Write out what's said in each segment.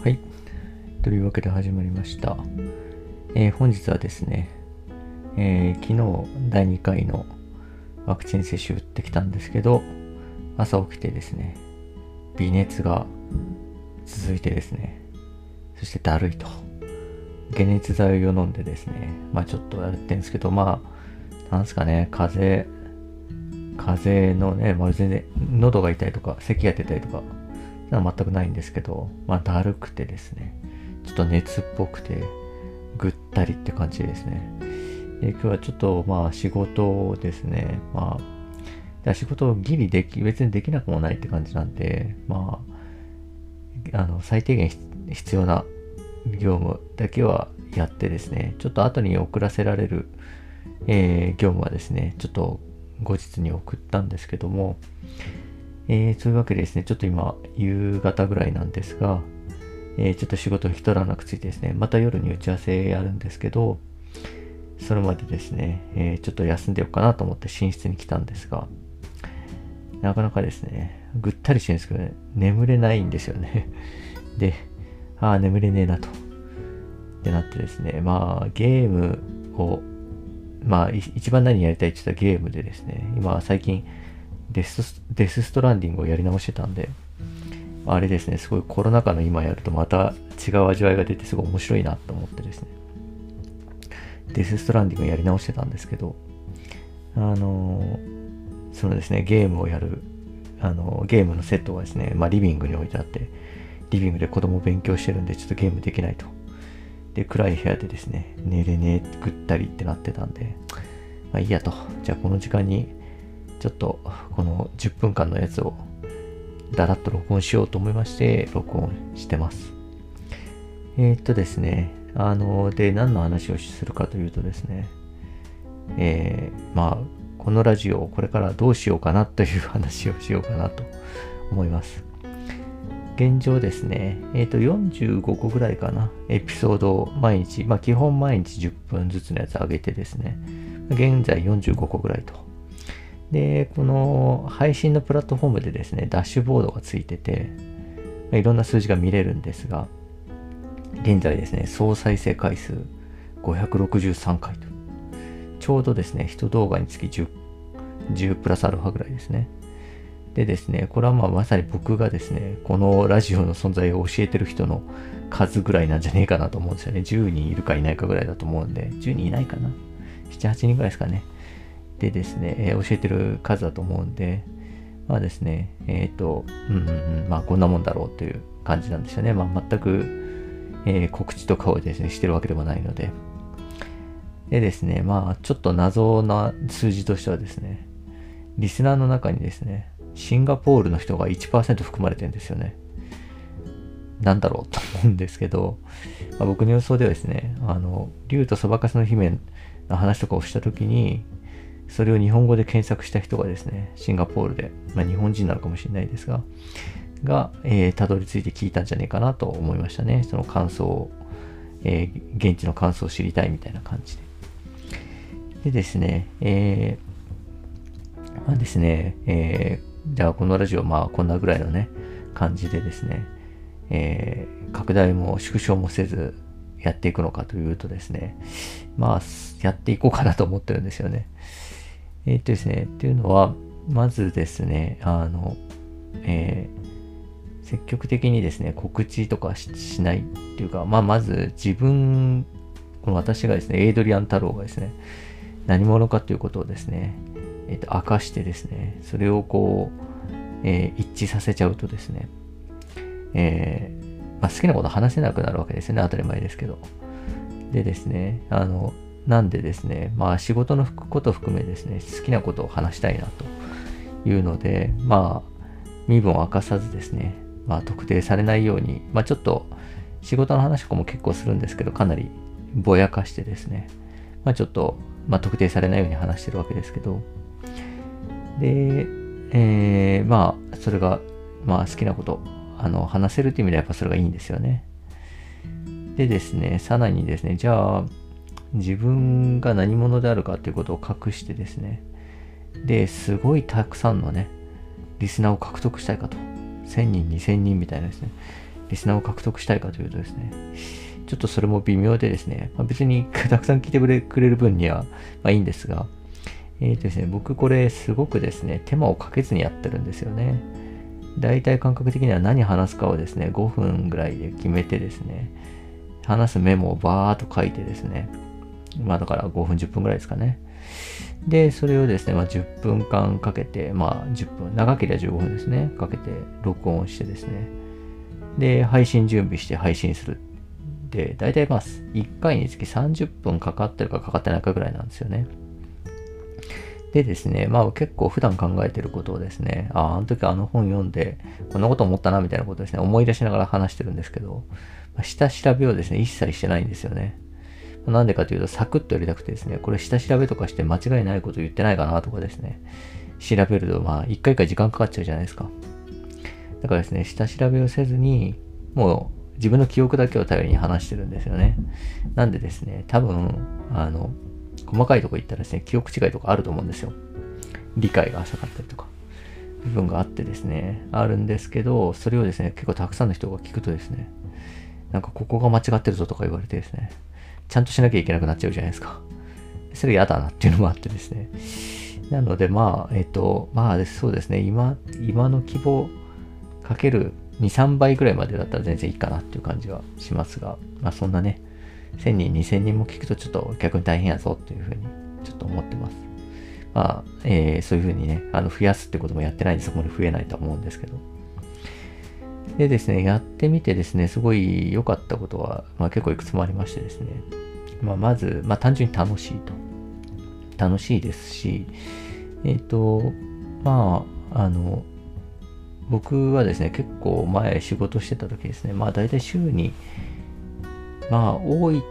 はい。というわけで始まりました。本日はですね、昨日第2回のワクチン接種打ってきたんですけど、朝起きてですね、微熱が続いてですね、そしてだるいと。解熱剤を飲んでですね、ちょっとやってるんですけど、なんですかね、風邪のね、全然喉が痛いとか、咳が出たりとか、そういうのは全くないんですけど、だるくてですね、ちょっと熱っぽくて、ぐったりって感じですね。今日はちょっと仕事をですね、仕事をギリ別にできなくもないって感じなんで、最低限必要な業務だけはやってですね、ちょっと後に遅らせられる、業務はですね、ちょっと後日に送ったんですけども、そういうわけでですね、ちょっと今夕方ぐらいなんですが、ちょっと仕事一段落ついてですね、また夜に打ち合わせやるんですけど、それまでですね、ちょっと休んでようかなと思って寝室に来たんですが、なかなかですね、ぐったりしてるんですけどね、眠れないんですよね。で、眠れねえなと。ってなってですね、ゲームを、一番何やりたいって言ったらゲームでですね、今最近デスストランディングをやり直してたんで、あれですね、すごいコロナ禍の今やるとまた違う味わいが出てすごい面白いなと思ってですね、デスストランディングやり直してたんですけど、そのですね、ゲームをやる、ゲームのセットがですね、リビングに置いてあって、リビングで子供勉強してるんでちょっとゲームできないと。で、暗い部屋でですね、寝れねえ、ぐったりってなってたんで、いいやと。じゃあこの時間に、ちょっとこの10分間のやつをだらっと録音しようと思いまして、録音してます。ですね、で、何の話をするかというとですね、このラジオをこれからどうしようかなという話をしようかなと思います。現状ですね、45個ぐらいかな、エピソードを毎日、基本毎日10分ずつのやつ上げてですね、現在45個ぐらいと。で、この配信のプラットフォームでですね、ダッシュボードがついてて、いろんな数字が見れるんですが、現在ですね、総再生回数563回と。ちょうどですね、1動画につき10プラスアルファぐらいですね。でですね、これはまさに僕がですね、このラジオの存在を教えてる人の数ぐらいなんじゃねえかなと思うんですよね。10人いるかいないかぐらいだと思うんで、10人いないかな ?7、8人ぐらいですかね。でですね、教えてる数だと思うんで、ですね、こんなもんだろうという感じなんですよね。全く、告知とかをですね、してるわけでもないので。でですね、ちょっと謎な数字としてはですね、リスナーの中にですね、シンガポールの人が 1% 含まれてるんですよね。なんだろうと思うんですけど、僕の予想ではですね、竜とそばかすの姫の話とかをしたときに、それを日本語で検索した人がですね、シンガポールで、日本人なのかもしれないですが、たどり着いて聞いたんじゃねえかなと思いましたね。その感想を、現地の感想を知りたいみたいな感じで。でですね、じゃあこのラジオこんなぐらいのね、感じでですね、拡大も縮小もせずやっていくのかというとですね、やっていこうかなと思ってるんですよね。ですね、っていうのは、まずですね、積極的にですね、告知とかしないっていうか、まずこの私がですね、エイドリアン太郎がですね、何者かということをですね、明かしてですね、それを一致させちゃうとですね、好きなこと話せなくなるわけですよね、当たり前ですけど。でですね、なんでですね、仕事のことを含めですね、好きなことを話したいなというので、身分を明かさずですね、特定されないように、ちょっと仕事の話とかも結構するんですけど、かなりぼやかしてですね、ちょっと、特定されないように話してるわけですけど、で、それが、好きなこと、話せるという意味ではやっぱそれがいいんですよね。でですね、さらにですね、じゃあ、自分が何者であるかということを隠してですね、で、すごいたくさんのね、リスナーを獲得したいかと。1000人、2000人みたいなですね、 リスナーを獲得したいかというとですね、ちょっとそれも微妙でですね、別にたくさん聞いてくれる分にはいいんですが、ですね、僕これすごくですね、手間をかけずにやってるんですよね。だいたい感覚的には何話すかをですね、5分ぐらいで決めてですね、話すメモをバーっと書いてですね、だから5分、10分ぐらいですかね。で、それをですね、10分間かけて、10分、長ければ15分ですね、かけて録音してですね、で、配信準備して配信する。で、だいたい1回につき30分かかってるかかかってないかぐらいなんですよね。でですね、結構普段考えてることをですね、あの時あの本読んで、こんなこと思ったなみたいなことですね、思い出しながら話してるんですけど、下調べをですね、一切してないんですよね。なんでかというと、サクッとやりたくてですね、これ下調べとかして間違いないこと言ってないかなとかですね、調べると、一回一回時間かかっちゃうじゃないですか。だからですね、下調べをせずに、もう自分の記憶だけを頼りに話してるんですよね。なんでですね、多分、細かいところ言ったらですね、記憶違いとかあると思うんですよ。理解が浅かったりとか、部分があってですね、あるんですけど、それをですね、結構たくさんの人が聞くとですね、なんかここが間違ってるぞとか言われてですね、ちゃんとしなきゃいけなくなっちゃうじゃないですか。それ嫌だなっていうのもあってですね。なので、そうですね、今の規模かける2、3倍ぐらいまでだったら全然いいかなっていう感じはしますが、そんなね、1000人、2000人も聞くとちょっと逆に大変やぞっていうふうにちょっと思ってます。そういうふうにね、増やすってこともやってないんでそこまで増えないと思うんですけど。でですね、やってみてですね、すごい良かったことは、結構いくつもありましてですね。まず、単純に楽しいと。楽しいですし、僕はですね、結構前仕事してた時ですね、大体週に、多い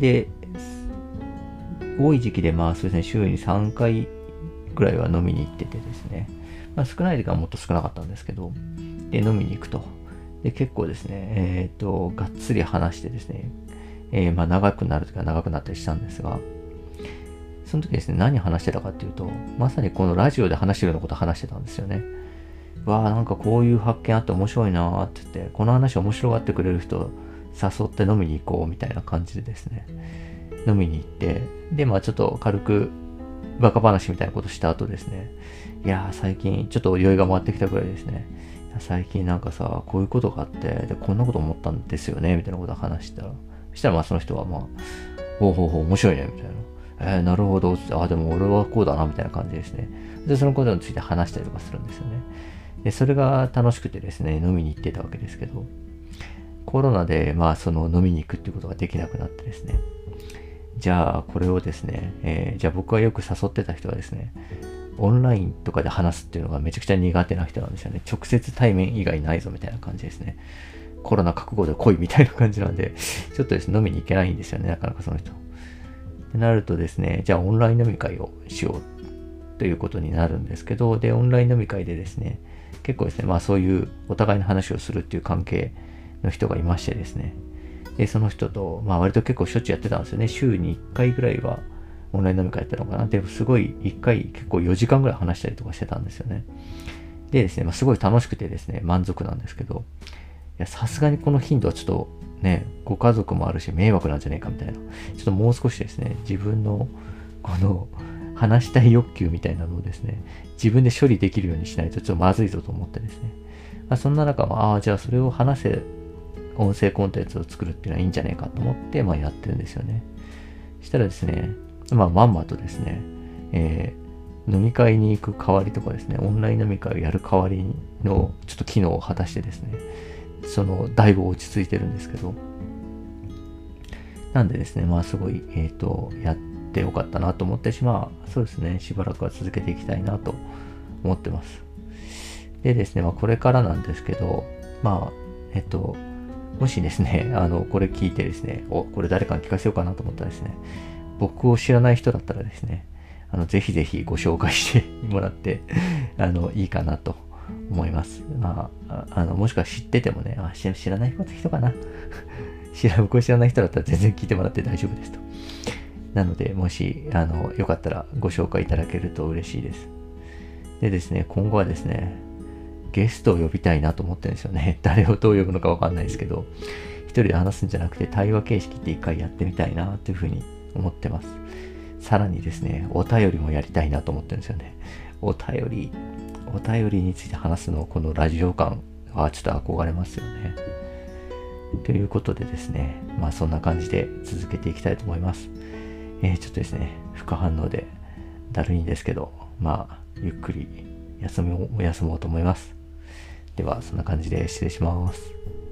時期でそうですね、週に3回ぐらいは飲みに行っててですね、少ない時間はもっと少なかったんですけど、で、飲みに行くと。で、結構ですね、がっつり話してですね、長くなる時は長くなったりしたんですが、その時ですね、何話してたかっていうと、まさにこのラジオで話してるようなこと話してたんですよね。なんかこういう発見あって面白いなーって言って、この話面白がってくれる人誘って飲みに行こうみたいな感じでですね、飲みに行って、で、ちょっと軽くバカ話みたいなことした後ですね、いやー最近ちょっと酔いが回ってきたぐらいですね、最近なんかさ、こういうことがあって、で、こんなこと思ったんですよね、みたいなことを話したら、そしたらその人はほう面白いね、みたいな。なるほど、でも俺はこうだな、みたいな感じですね。で、そのことについて話したりとかするんですよね。で、それが楽しくてですね、飲みに行ってたわけですけど、コロナで、その飲みに行くっていうことができなくなってですね、じゃあ、これをですね、じゃあ僕がよく誘ってた人はですね、オンラインとかで話すっていうのがめちゃくちゃ苦手な人なんですよね。直接対面以外ないぞみたいな感じですね。コロナ覚悟で来いみたいな感じなんで、ちょっとですね、飲みに行けないんですよね、なかなかその人。ってなるとですね、じゃあオンライン飲み会をしようということになるんですけど、で、オンライン飲み会でですね、結構ですね、そういうお互いの話をするっていう関係の人がいましてですね、で、その人と、割と結構しょっちゅうやってたんですよね。週に1回ぐらいはオンライン飲み会やったのかな。で、すごい1回結構4時間ぐらい話したりとかしてたんですよね。でですね、すごい楽しくてですね、満足なんですけど、さすがにこの頻度はちょっとね、ご家族もあるし迷惑なんじゃねえかみたいな。ちょっともう少しですね、自分のこの話したい欲求みたいなのをですね、自分で処理できるようにしないとちょっとまずいぞと思ってですね。そんな中じゃあそれを話せ音声コンテンツを作るっていうのはいいんじゃないかと思って、やってるんですよね。したらですね、まんまとですね、飲み会に行く代わりとかですね、オンライン飲み会をやる代わりのちょっと機能を果たしてですね、だいぶ落ち着いてるんですけど、なんでですね、すごい、やってよかったなと思ってそうですね、しばらくは続けていきたいなと思ってます。でですね、これからなんですけど、もしですね、これ聞いてですね、これ誰かに聞かせようかなと思ったらですね、僕を知らない人だったらですね、ぜひぜひご紹介してもらって、いいかなと思います。もしくは知っててもね、知らない人かな。僕を知らない人だったら全然聞いてもらって大丈夫ですと。なので、もし、よかったらご紹介いただけると嬉しいです。でですね、今後はですね、 ゲストを呼びたいなと思ってるんですよね。誰をどう呼ぶのかわかんないですけど、一人で話すんじゃなくて対話形式って一回やってみたいなというふうに思ってます。さらにですね、お便りもやりたいなと思ってるんですよね。お便りについて話すの、このラジオ感はちょっと憧れますよね。ということでですね、まあそんな感じで続けていきたいと思います。ちょっとですね、副反応でだるいんですけど、まあゆっくり休もうと思います。ではそんな感じで失礼します。